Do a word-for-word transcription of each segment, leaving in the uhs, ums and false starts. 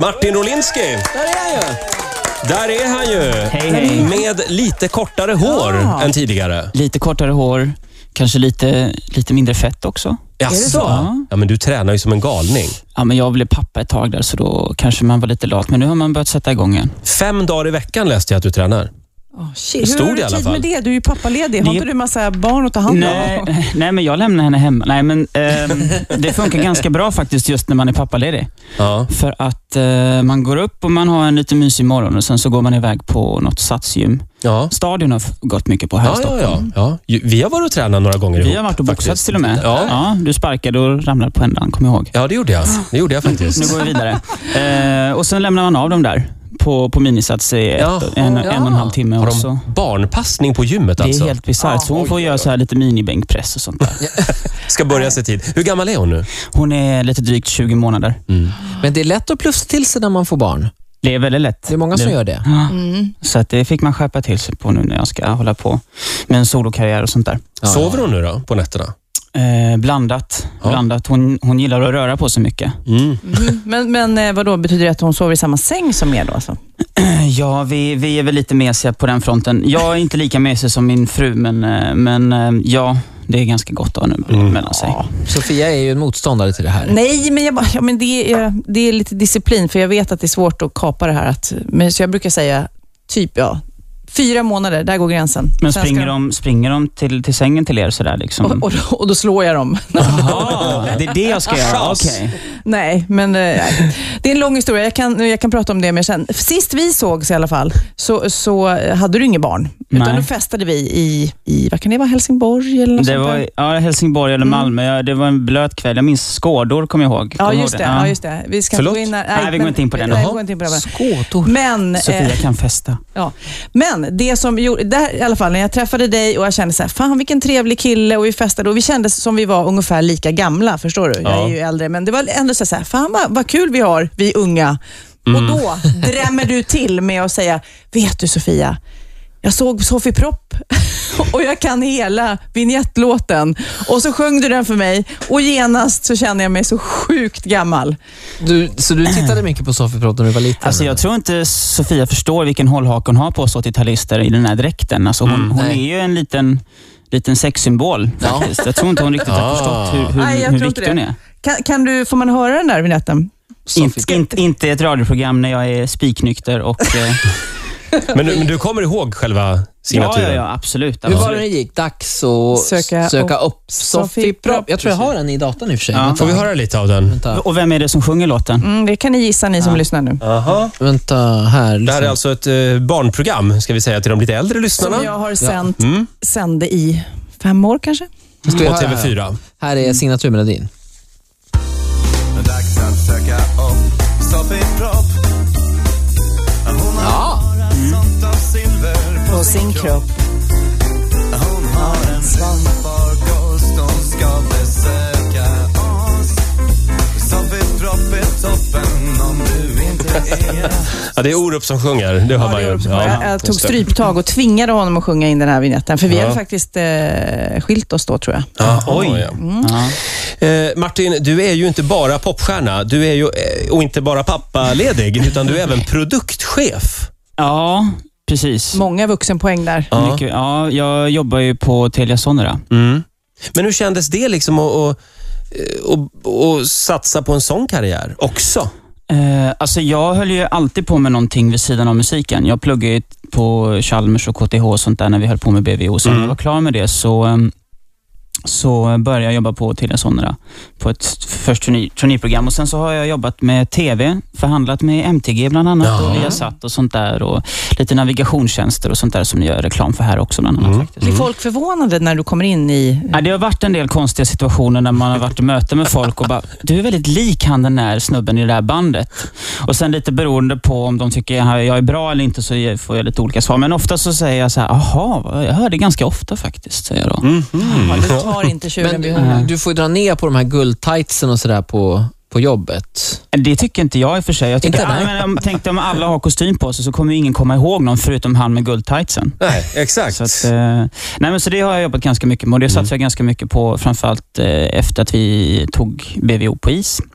Martin Rolinski. Där är han ju. Där är han ju. Hej, hej. Med lite kortare hår ja. än tidigare. Lite kortare hår, kanske lite, lite mindre fett också. Jaså? Är det så? Ja. Ja, men du tränar ju som en galning. Ja, men jag blev pappa ett tag där, så då kanske man var lite lat. Men nu har man börjat sätta igång igen. Fem dagar i veckan läste jag att du tränar. Oh, shit. Stod Hur har i du alla tid fall. med det? Du är ju pappaledig. Har Det- inte du massa barn att ta hand om? Nej, nej, men jag lämnar henne hemma. Nej, men ehm, det funkar ganska bra faktiskt just när man är pappaledig. Ja. För att eh, man går upp och man har en lite mysig morgon och sen så går man iväg på något satsgym. Ja. Stadion har f- gått mycket på här i Ja, ja, Stockholm. ja, ja. Ju- Vi har varit och tränat några gånger ihop. Vi har varit och boxats faktiskt. till och med. Ja. Ja, du sparkade och ramlade på ändan, kommer jag ihåg. Ja, det gjorde jag. Det gjorde jag faktiskt. Nu går vi vidare. Eh, och sen lämnar man av dem där på, på minisats i ett, Ja. en, Ja. en och en halv timme. Har Och så. de barnpassning på gymmet Det är alltså? helt bisarrt. Så hon Oj, får oj, göra oj. så här lite minibänkpress och sånt där. Ska börja se tid. Hur gammal är hon nu? Hon är lite drygt tjugo månader. Mm. Men det är lätt att plussa till sig när man får barn. Det är väldigt lätt. Det är många som gör det. Ja. Mm. Så att det fick man skärpa till sig på nu när jag ska hålla på med en solokarriär och sånt där. Ja, Sover hon nu då på nätterna? Eh, blandat. Ja. blandat. Hon, hon gillar att röra på sig mycket. Mm. Mm. Men, men eh, vad då betyder det att hon sover i samma säng som er då? Alltså? Ja, vi, vi är väl lite mesiga på den fronten. Jag är inte lika mesig som min fru, men, eh, men eh, ja, det är ganska gott att ha nu Mm. mellan sig. Sofia är ju en motståndare till det här. Nej, men, jag bara, ja, men det, är, det är lite disciplin, för jag vet att det är svårt att kapa det här. Att, men, så jag brukar säga typ, ja, fyra månader, där går gränsen. Men Sen ska springer de, springer de till, till sängen till er sådär liksom? Och, och, då- och då slår jag dem. Jaha, det är det jag ska göra. Okej. Nej, men eh, det är en lång historia. Jag kan, jag kan prata om det mer sen. Sist vi sågs i alla fall så, så hade du inget barn. Utan Nej. då festade vi i, i, vad kan det vara, Helsingborg eller något Det sånt var där? ja, Helsingborg eller Malmö. Ja, det var en blöt kväll. Jag minns skådor, kommer jag ihåg. Ja, Kommer du just ihåg det. Ja, just det. Vi ska Förlåt? gå in här. Nej, vi går men- inte in på det nu. Nej, vi Jaha. går inte in på det. Skådor. Men, Sofia eh, kan festa. ja. Men det som gjorde, där, i alla fall när jag träffade dig och jag kände så här, fan vilken trevlig kille, och vi festade och vi kände som vi var ungefär lika gamla, förstår du? Jag Ja. är ju äldre, men det var ändå så här, fan vad, vad kul vi har, vi unga. Mm. Och då drämmer du till med att säga, vet du Sofia, jag såg Sofie Propp och jag kan hela vignettlåten. Och så sjöng du den för mig och genast så känner jag mig så sjukt gammal. Du, så du tittade mycket på Sofie Propp när du var liten? Alltså jag tror inte Sofia förstår vilken hållhake hon har på oss åttiotaalister i den här dräkten. Alltså hon, Mm, hon nej. är ju en liten, liten sexsymbol Ja. faktiskt. Jag tror inte hon riktigt har Ah. förstått hur, hur, Nej, jag hur tror inte viktig hon det. är. Kan, kan du, får man höra den där vignetten? Inte, inte, inte ett radioprogram när jag är spiknykter och... eh, Men, men du kommer ihåg själva ja, signaturen? ja, ja, absolut. Hur var absolut. det gick? Dags att Söka söka, upp upp Sofie Propp. Jag tror jag har den i datorn i och för sig. Ja. Vänta. Får vi höra lite av den? Vänta, Och vem är det som sjunger låten? Mm, det kan ni gissa, ni som Ja. lyssnar nu. Aha. vänta här. Det här är alltså ett eh, barnprogram, ska vi säga, till de lite äldre lyssnarna. Som jag har sänt, Mm. sände i fem år kanske. Ska vi På höra T V här? fyra. Här är signaturmelodin. Dags att söka upp Sofie Propp. Hon Ja. har bara sånt av silver på, På sin kropp. Hon har en farkost, hon ska besöka oss. Sofie Propp är toppen om du inte är. Ja, det är Orup som sjunger, det hör man ju. jag, jag tog just det. stryptag och tvingade honom att sjunga in den här vignetten. För vi Ja. hade faktiskt eh, skilt oss då, tror jag. Ja, Oj. oj. Ja. Ja. Eh, Martin, du är ju inte bara popstjärna, du är ju eh, och inte bara pappaledig, utan du är även produktchef. Ja, precis. Många vuxenpoäng där. Ja. Mycket, ja, jag jobbar ju på Telia Sonera. Mm. Men hur kändes det liksom att, att, att, att satsa på en sån karriär också? Eh, alltså jag höll ju alltid på med någonting vid sidan av musiken. Jag pluggade ju på Chalmers och K T H och sånt där när vi höll på med B V O. Så Mm. när jag var klar med det så, ehm, så började jag jobba på Telia Sonera på ett först turné, turnéprogram. Och sen så har jag jobbat med T V, förhandlat med M T G bland annat Ja. och Viasat och sånt där. Och lite navigationstjänster och sånt där som ni gör reklam för här också bland annat Mm. faktiskt. Blir folk förvånade när du kommer in i... Ja, det har varit en del konstiga situationer när man har varit i möte med folk och bara, du är väldigt lik han den där snubben i det där bandet. Och sen lite beroende på om de tycker jag är bra eller inte så får jag lite olika svar. Men ofta så säger jag så här, aha, jag hör det ganska ofta faktiskt, säger jag då. Mm. Ja, du tar inte tjuren Men vid du, hornen. du får ju dra ner på de här guldtightsen och sådär på, på jobbet. Det tycker inte jag i och för sig. Jag tycker, Inte, nej. ja, men om, tänkte om alla har kostym på sig så kommer ju ingen komma ihåg någon förutom han med guldtightsen. Nej, exakt. Så, att, eh, nej, men så det har jag jobbat ganska mycket med och det satsar jag ganska mycket på, framförallt eh, efter att vi tog B V O på is. Ja.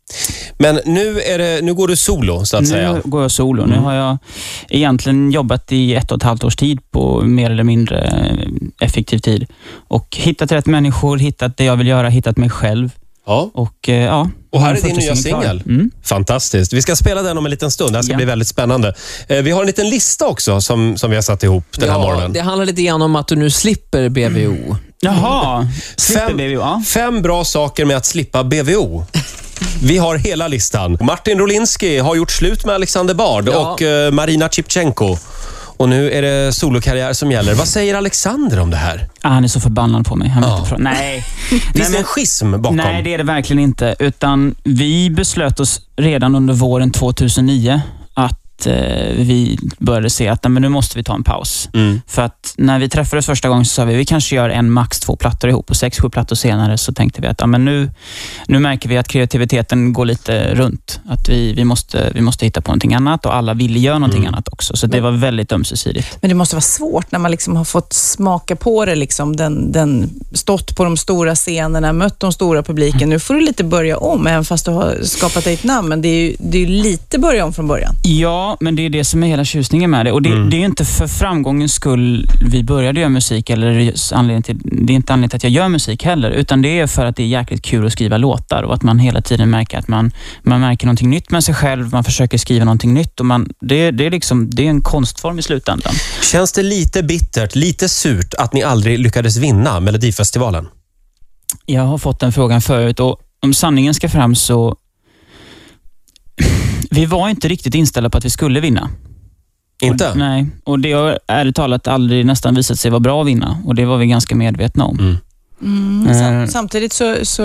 Men nu, är det, nu går du solo, så att nu säga. Nu går jag solo. Nu har jag egentligen jobbat i ett och ett halvt års tid på mer eller mindre effektiv tid. Och hittat rätt människor, hittat det jag vill göra, hittat mig själv. Ja. Och, eh, ja, Och här är din nya singel. Mm. Fantastiskt. Vi ska spela den om en liten stund. Det här ska Ja. bli väldigt spännande. Eh, Vi har en liten lista också som, som vi har satt ihop den här Ja, morgonen. det handlar lite grann om att du nu slipper B V O. Jaha, slipper Fem, B V O. Ja. fem bra saker med att slippa B V O. Vi har hela listan. Martin Rolinski har gjort slut med Alexander Bard Ja. och eh, Marina Shipchenko. Och nu är det solokarriär som gäller. Vad säger Alexander om det här? Ah, han är så förbannad på mig. Han Ja. vet inte, nej. Finns nej, det men, en schism bakom? nej, det är det verkligen inte. Utan vi beslöt oss redan under våren tjugohundranio att eh, vi började se att nej, men nu måste vi ta en paus. Mm. För att när vi träffades första gången så sa vi vi kanske gör en max två plattor ihop. Och sex, sju plattor senare så tänkte vi att ja, men nu, nu märker vi att kreativiteten går lite runt. Att vi, vi, måste, vi måste hitta på någonting annat och alla ville göra någonting Mm. annat också. Så det var väldigt ömsesidigt. Men det måste vara svårt när man liksom har fått smaka på det, liksom, den, den stått på de stora scenerna, mött de stora publiken. Nu får du lite börja om, även fast du har skapat dig ett namn. Men det är ju, det är ju lite börja om från början. Ja, men det är det som är hela tjusningen med det. Och det, Mm. det är ju inte för framgångens skull vi började göra musik, eller anledning till, det är inte anledningen till att jag gör musik heller, utan det är för att det är jäkligt kul att skriva låtar och att man hela tiden märker att man, man märker någonting nytt med sig själv, man försöker skriva någonting nytt och man, det, det, är liksom, det är en konstform i slutändan. Känns det lite bittert, lite surt att ni aldrig lyckades vinna Melodifestivalen? Jag har fått den frågan förut och om sanningen ska fram så vi var inte riktigt inställda på att vi skulle vinna. Inte? Och, nej, och det har ärligt talat aldrig nästan visat sig vara bra att vinna och det var vi ganska medvetna om. Mm. Mm, Eh. sam- samtidigt så, så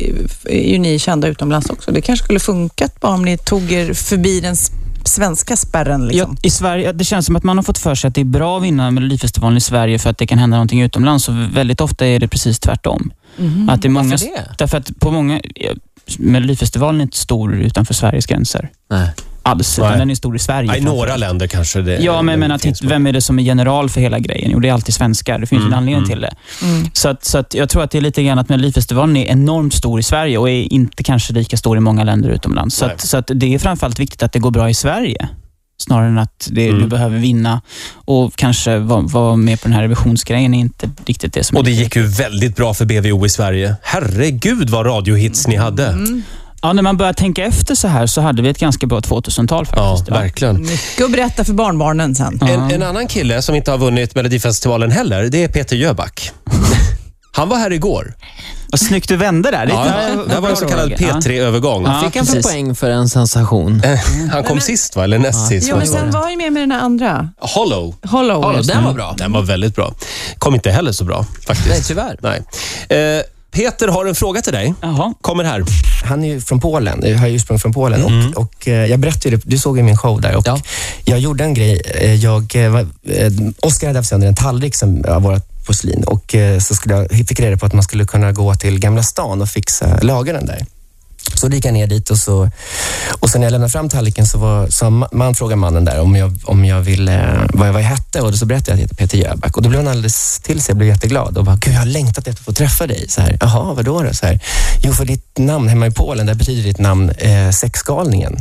är ju ni kända utomlands också. Det kanske skulle funkat bara om ni tog er förbi den s- svenska spärren. Liksom. Ja, i Sverige, det känns som att man har fått för sig att det är bra att vinna Melodifestivalen i Sverige för att det kan hända någonting utomlands och väldigt ofta är det precis tvärtom. Mhm. Att det är många, Varför det? Därför att på många, Melodifestivalen är inte stor utanför Sveriges gränser. Nej. Alls, Nej. utan den är stor i Sverige. I några länder kanske det Ja, men, men att, finns med. vem är det som är general för hela grejen? Jo, det är alltid svenskar. Det finns Mm, en anledning mm. till det. Mm. Så, att, så att jag tror att det är lite grann att Melodifestivalen är enormt stor i Sverige och är inte kanske lika stor i många länder utomlands. Så, Nej. att, så att det är framförallt viktigt att det går bra i Sverige. Snarare än att det, Mm. du behöver vinna och kanske vara var med på den här revisionsgrejen är inte riktigt det som Och det är gick ju väldigt bra för B V O i Sverige. Herregud vad radiohits ni hade. Mm. Ja, när man börjar tänka efter så här så hade vi ett ganska bra tvåtusental Ja, faktiskt. verkligen. Mycket att berätta för barnbarnen sen. Ja. En, en annan kille som inte har vunnit Melodifestivalen heller, det är Peter Jöback. Han var här igår. Vad snyggt du vände där. Det, Ja, det här var en så kallad P tre-övergång. Ja. Fick han för precis. poäng för en sensation? Han kom sist va? Eller näst sist? Jo, men sen var ju med med den här andra. Hollow. Hollow. Ja, just den det. var bra. Den var väldigt bra. Kom inte heller så bra faktiskt. Nej, tyvärr. Nej. Eh, Peter har en fråga till dig. Jaha. Kommer här. Han är ju från Polen, jag har ju ursprung från Polen Mm. och, och eh, jag berättade ju det, du såg ju min show där och Ja. jag gjorde en grej, eh, jag, eh, var- eh, Oscar hade haft sönder en tallrik som var vårt porslin och eh, så skulle jag, fick reda på att man skulle kunna gå till Gamla stan och fixa, laga den där. Så gick jag ner dit och så och sen när jag lämnade fram tallriken så var så man, man frågade mannen där om jag, om jag ville, vad jag, vad jag hette och så berättade jag att jag heter Peter Jöback och då blev han alldeles till sig, jag blev jätteglad och bara, gud jag har längtat efter att få träffa dig. Så här, jaha, vadå då? Så här, jo, för ditt namn hemma i Polen, där betyder ditt namn eh, sexgalningen.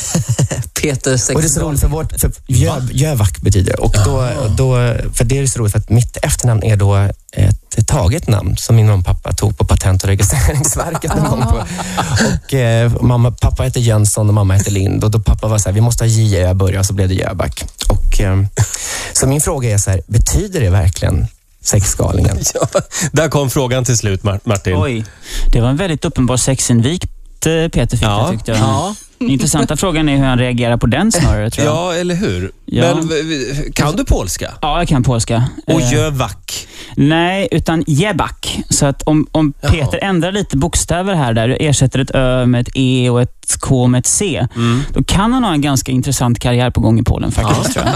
Peter sex. Och det är så roligt för vårt, för Jö, Jöback betyder och då, då, för det är så roligt för att mitt efternamn är då ett taget namn som min mamma och pappa tog på Patent- och registreringsverket en gång på. Och eh, mamma, pappa heter Jönsson och mamma heter Lind och då pappa var så här, vi måste ha J Ö börja och så blev det Jöback. Och eh, så min fråga är så här, betyder det verkligen sexgalningen? Ja, där kom frågan till slut, Mar- Martin. Oj, det var en väldigt uppenbar sexinvikt eh, Peter fick Ja. jag tyckte jag. Ja. Intressanta frågan är hur han reagerar på den snarare tror jag. Ja, eller hur? Ja. Men v- v- kan du polska? Ja, jag kan polska. Och Eh, Jöback. Nej, utan Jöback. Så att om, om Jaha. Peter ändrar lite bokstäver här där, ersätter ett Ö med ett E och ett K med ett C, Mm. då kan han ha en ganska intressant karriär på gång i Polen faktiskt tror jag.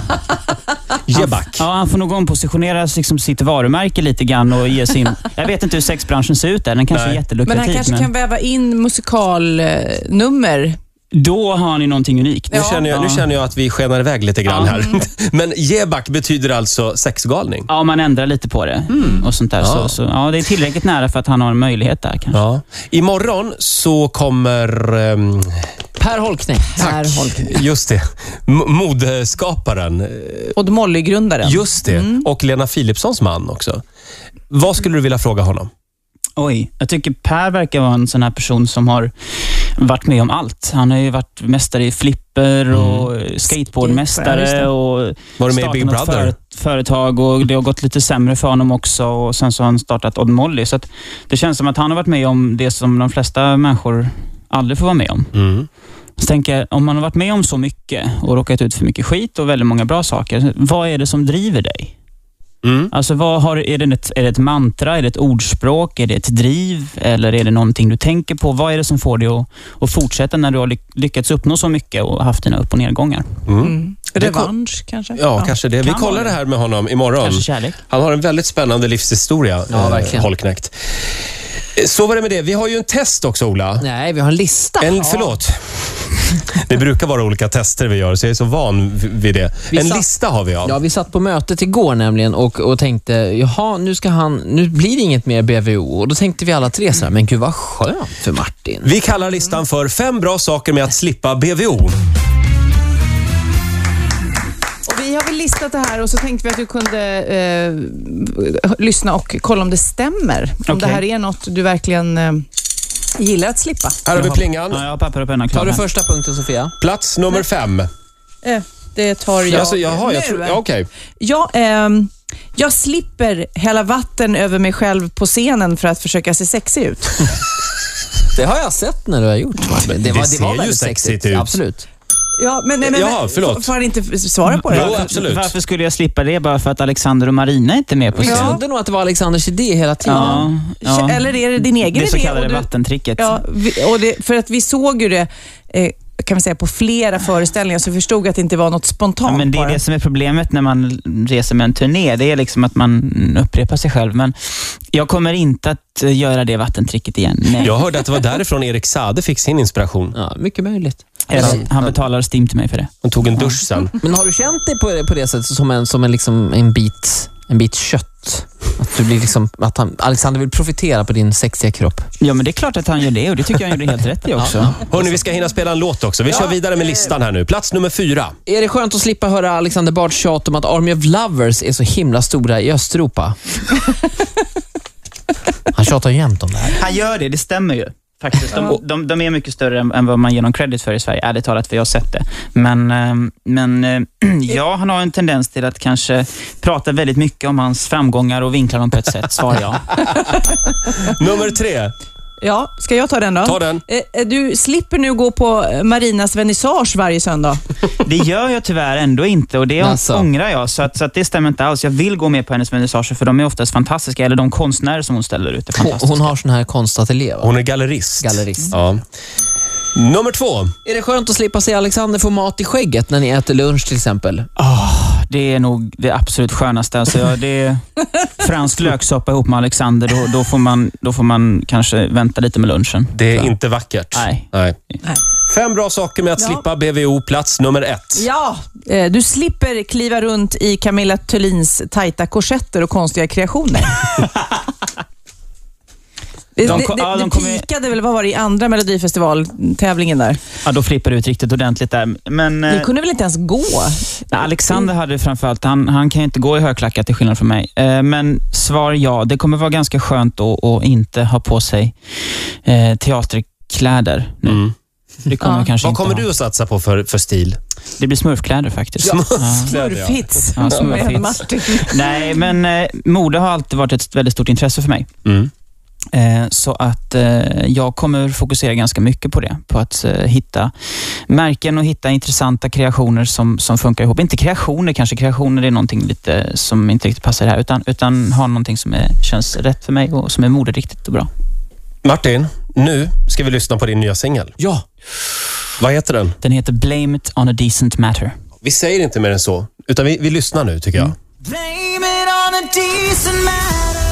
Jöback. Ja, han får nog ompositionera liksom sitt varumärke lite grann och ge sin... Jag vet inte hur sexbranschen ser ut där, den kanske Nej. är jättelukrativ. Men han kanske kan väva in musikalnummer Då har ni någonting unikt. Nu, känner jag, nu Ja. känner jag att vi skenar iväg lite grann Ja. här. Men gebak betyder alltså sexgalning. Ja, man ändrar lite på det. Och sånt där. Ja. Så, så, ja, det är tillräckligt nära för att han har en möjlighet där kanske. Ja. Imorgon så kommer... ehm, Per Holknekt. Per Holknekt. just det. M- modeskaparen. eh, Och Molly-grundaren. Just det. Och Lena Philipssons man också. Vad skulle du vilja fråga honom? Oj, jag tycker Per verkar vara en sån här person som har varit med om allt. Han har ju varit mästare i flipper och Ja, just skateboardmästare det. och Var du med i startat Big något Brother? före- företag och det har gått lite sämre för honom också och sen så har han startat Odd Molly. Så att det känns som att han har varit med om det som de flesta människor aldrig får vara med om. Mm. Så tänker jag, om man har varit med om så mycket och råkat ut för mycket skit och väldigt många bra saker, vad är det som driver dig? Mm. Alltså vad har, är, det ett, är det ett mantra, är det ett ordspråk, är det ett driv eller är det någonting du tänker på? Vad är det som får dig att, att fortsätta när du har lyckats uppnå så mycket och haft dina upp- och nedgångar? Mm. Mm. Revansch kanske? Ja, kanske det. Vi Kan kollar vara det det. här med honom imorgon. Kanske kärlek? Han har en väldigt spännande livshistoria, Ja, eh, verkligen. Holknekt. Eh, Så var det med det. Vi har ju en test också, Ola. Nej, vi har en lista. En, förlåt. Det brukar vara olika tester vi gör, så jag är så van vid det. Vi En satt- lista har vi, ja. Ja, vi satt på mötet igår nämligen och, och tänkte, jaha, nu ska han, nu blir det inget mer B V O. Och då tänkte vi alla tre så här, men gud vad skönt för Martin. Vi kallar listan för fem bra saker med att slippa B V O. Och vi har väl listat det här och så tänkte vi att du kunde eh, lyssna och kolla om det stämmer. Om Okej. det här är något du verkligen eh, gillar att slippa. Här har vi plingan. Ja, jag har papper och penna klar Tar du här. första punkten, Sofia? Plats nummer fem. Eh, det tar jag Alltså, jaha, jag nu. tror... Ja, okej. Ja, ehm, jag slipper hälla vatten över mig själv på scenen för att försöka se sexig ut. Det har jag sett när du har gjort, Martin. det var, ser ju väldigt sexigt ut. Absolut. Ja, men, nej, men, Jaha, förlåt. Får han inte svara på det? Jo, absolut. Varför skulle jag slippa det bara för att Alexander och Marina inte är med på Vi scen? trodde nog att det var Alexanders idé hela tiden. Ja, ja. Eller är det din egen Det så idé? kallade och du- vattentricket. Ja, vi, och det, för att vi såg ju det eh, kan vi säga på flera föreställningar så förstod att det inte var något spontant. Ja, men det är bara. det som är problemet när man reser med en turné. Det är liksom att man upprepar sig själv. Men jag kommer inte att göra det vattentricket igen. Nej. Jag hörde att det var därifrån Erik Saade fick sin inspiration. Ja, mycket möjligt. Eller, han betalar Stim till mig för det. Han tog en dusch sen. Men har du känt dig på det, på det sättet som en, som en, liksom, en, bit, en bit kött? Att, du blir liksom, att han, Alexander vill profitera på din sexiga kropp? Ja, men det är klart att han gör det och det tycker jag han gjorde helt rätt i också. Hörrni, vi ska hinna spela en låt också. Vi kör vidare med listan här nu. Plats nummer fyra. Är det skönt att slippa höra Alexander Bards tjat om att Army of Lovers är så himla stora i Östeuropa? Han tjatar jämt om det här. Han gör det, det stämmer ju. Faktiskt. De, de, de är mycket större än, än vad man ger någon credit för i Sverige, ärligt talat, för jag har sett det. Men, eh, men eh, ja, han har en tendens till att kanske prata väldigt mycket om hans framgångar och vinkla dem på ett sätt, svarar jag. Nummer tre. Ja, ska jag ta den då? Ta den. Eh, Du slipper nu gå på Marinas vernissage varje söndag. Det gör jag tyvärr ändå inte och det Alltså. ångrar jag. Så, att, så att det stämmer inte alls. Jag vill gå med på hennes vernissager för de är oftast fantastiska. Eller de konstnärer som hon ställer ut är Hon, fantastiska. hon har sån här konstateljé, va? Hon är gallerist. Gallerist. Ja. Nummer två. Är det skönt att slippa se Alexander få mat i skägget när ni äter lunch till exempel? Oh, det är nog det absolut skönaste. Alltså, ja, det är fransk löksoppa ihop med Alexander. Då, då, får man, då får man kanske vänta lite med lunchen. Det är inte vackert. Nej. Nej. Nej. Fem bra saker med att Ja. slippa B V O. Plats nummer ett. Ja, eh, du slipper kliva runt i Camilla Thulins tajta korsetter och konstiga kreationer. Det, De det, ko- det, ja, de det kommer- pikade väl, vad var det, i andra Melodifestival-tävlingen där? Ja, då flippar det ut riktigt ordentligt där. Men Du eh, kunde väl inte ens gå? Alexander hade framförallt, han, han kan ju inte gå i högklackat till skillnad från mig. Eh, men svar ja, det kommer vara ganska skönt att, att inte ha på sig eh, teaterkläder nu. Mm. Det kommer Ja. jag kanske Vad inte kommer ha. du att satsa på för, för stil? Det blir smurfkläder faktiskt. Ja. Smurfhits Ja, smurfhits. med Martin. Nej, men eh, mode har alltid varit ett väldigt stort intresse för mig. Mm. Eh, så att eh, jag kommer fokusera ganska mycket på det. På att eh, hitta märken och hitta intressanta kreationer som, som funkar ihop. Inte kreationer, kanske kreationer är någonting lite som inte riktigt passar här. Utan, utan ha någonting som är, känns rätt för mig och som är moderiktigt och bra. Martin, nu ska vi lyssna på din nya singel. Ja. Vad heter den? Den heter Blame It On A Decent Matter. Vi säger inte mer än så, utan vi, vi lyssnar nu tycker jag. Blame it on a decent matter.